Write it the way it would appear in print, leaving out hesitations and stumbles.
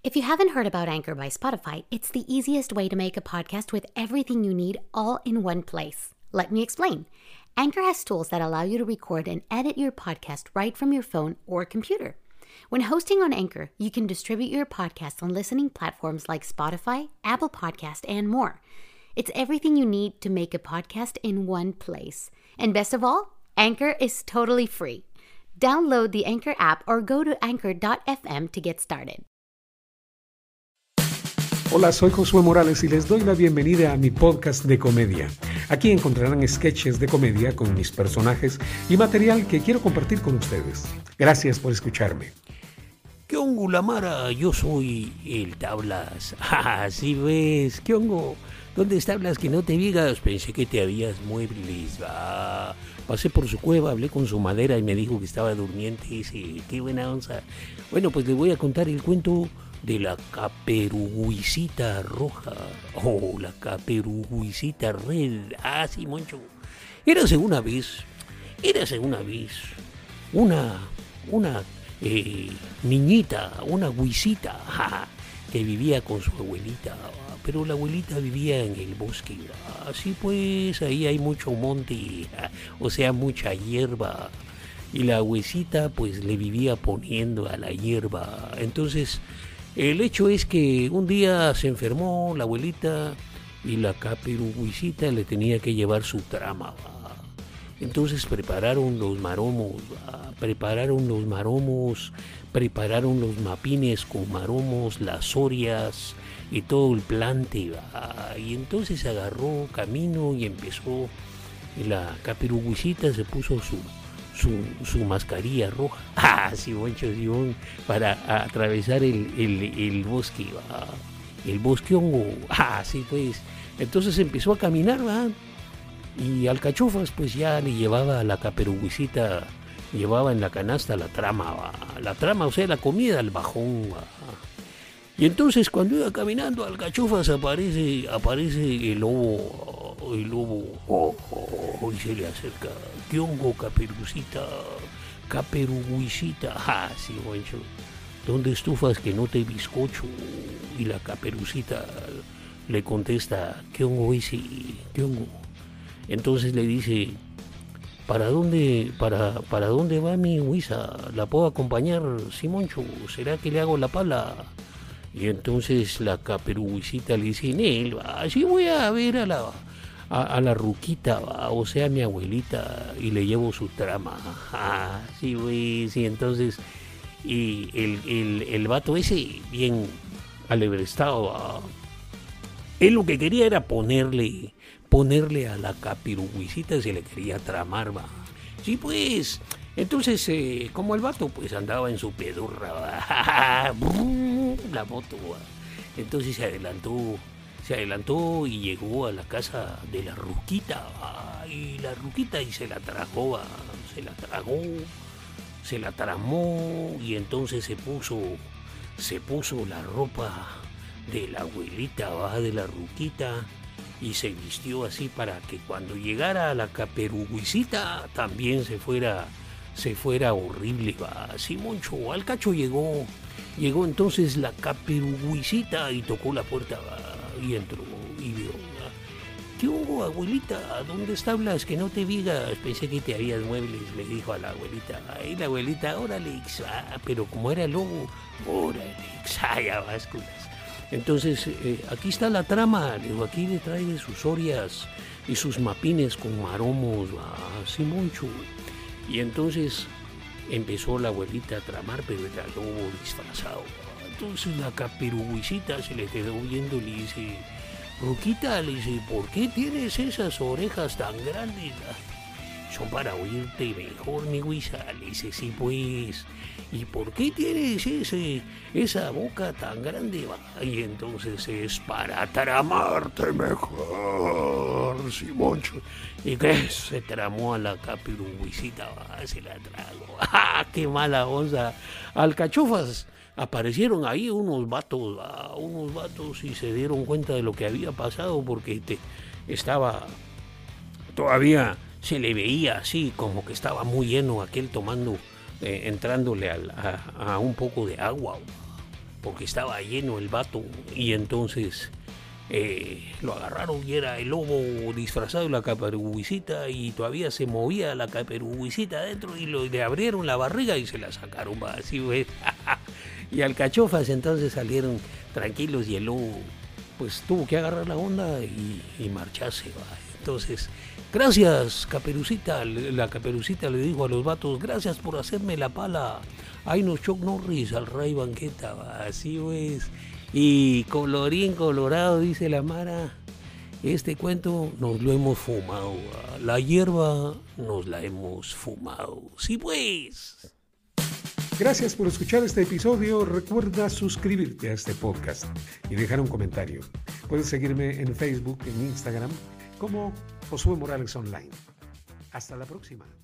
If you haven't heard about Anchor by Spotify, it's the easiest way to make a podcast with everything you need all in one place. Let me explain. Anchor has tools that allow you to record and edit your podcast right from your phone or computer. When hosting on Anchor, you can distribute your podcast on listening platforms like Spotify, Apple Podcast, and more. It's everything you need to make a podcast in one place. And best of all, Anchor is totally free. Download the Anchor app or go to anchor.fm to get started. Hola, soy Josué Morales y les doy la bienvenida a mi podcast de comedia. Aquí encontrarán sketches de comedia con mis personajes y material que quiero compartir con ustedes. Gracias por escucharme. ¿Qué hongo, Lamara? Yo soy el Tablas. Sí ves, ¿qué hongo? ¿Dónde Tablas que no te digas? Pensé que te habías muebles. Pasé por su cueva, hablé con su madera y me dijo que estaba durmiente. Sí, qué buena onza. Bueno, pues le voy a contar el cuento de la caperuguicita roja. Oh, la caperuguicita red. Sí, Moncho. Érase una vez una niñita, una guisita, que vivía con su abuelita. Pero la abuelita vivía en el bosque. Así pues, ahí hay mucho monte, o sea, mucha hierba. Y la huesita pues le vivía poniendo a la hierba. Entonces, el hecho es que un día se enfermó la abuelita y la caperuguicita le tenía que llevar su trama. Entonces prepararon los maromos, prepararon los mapines con maromos, las orias y todo el plante. Y entonces agarró camino y empezó. Y la caperuguicita se puso su mascarilla roja. Sí, Moncho, Simón, para atravesar el bosque, el bosque hongo. Sí, pues. Entonces empezó a caminar, y Alcachofas, pues ya le llevaba a la caperuguicita, llevaba en la canasta la trama, o sea, la comida, el bajón. Y entonces cuando iba caminando Alcachofas aparece el lobo, y se le acerca. ¿Qué hongo, caperuguicita? Sí, Moncho. ¿Dónde estufas que no te bizcocho? Y la caperucita le contesta, ¿qué hongo ese? ¿Qué hongo? Entonces le dice, ¿para dónde va mi huisa? ¿La puedo acompañar, Simoncho? ¿Será que le hago la pala? Y entonces la caperuguicita le dice, Nel, así voy a ver a la ruquita, o sea, mi abuelita, y le llevo su trama. Sí, güey, sí, entonces, y el vato ese, bien alebrestado, él lo que quería era ponerle a la caperuguicita, se le quería tramar, Sí, pues. Entonces, como el vato pues andaba en su pedorra, la moto, entonces se adelantó y llegó a la casa de la ruquita, y la ruquita y se la tragó, se la tramó, y entonces se puso la ropa de la abuelita, de la ruquita, y se vistió así para que cuando llegara a la caperuguicita también se fuera horrible. Sí, Moncho, al cacho llegó entonces la caperuguicita y tocó la puerta, y entró y vio. ¿Qué hubo, abuelita? ¿Dónde estabas? Que no te digas, pensé que te habías muebles, le dijo a la abuelita. Y la abuelita, órale, pero como era lobo, órale, ya básculas. Entonces, aquí está la trama, le digo, aquí le trae sus orias y sus mapines con maromos, así, Moncho. Y entonces empezó la abuelita a tramar, pero era lobo disfrazado. Entonces la caperuguicita se le quedó viendo y le dice, Ruquita, le dice, ¿por qué tienes esas orejas tan grandes? Son para oírte mejor, mi guisa. Le dice, sí, pues. ¿Y por qué tienes esa boca tan grande? Y entonces es para tramarte mejor, Simoncho. ¿Y qué? Se tramó a la caperuguicita, se la tragó. ¡Qué mala onza! Alcachofas. Aparecieron ahí unos vatos y se dieron cuenta de lo que había pasado, porque estaba todavía, se le veía así como que estaba muy lleno aquel tomando, entrándole a un poco de agua. porque estaba lleno el vato, y entonces lo agarraron y era el lobo disfrazado de la caperucita, y todavía se movía la caperucita adentro, y le abrieron la barriga y se la sacaron, va, así, güey. Y alcachofas entonces salieron tranquilos, y el lobo pues tuvo que agarrar la onda y marcharse, va. Entonces, gracias, Caperucita. La Caperucita le dijo a los vatos, gracias por hacerme la pala. Ay, no, Chuck Norris, al Ray Banqueta, va, así pues. Y colorín colorado, dice la Mara, este cuento nos lo hemos fumado, va. La hierba nos la hemos fumado. Sí, pues. Gracias por escuchar este episodio. Recuerda suscribirte a este podcast y dejar un comentario. Puedes seguirme en Facebook, en Instagram, como Josué Morales Online. Hasta la próxima.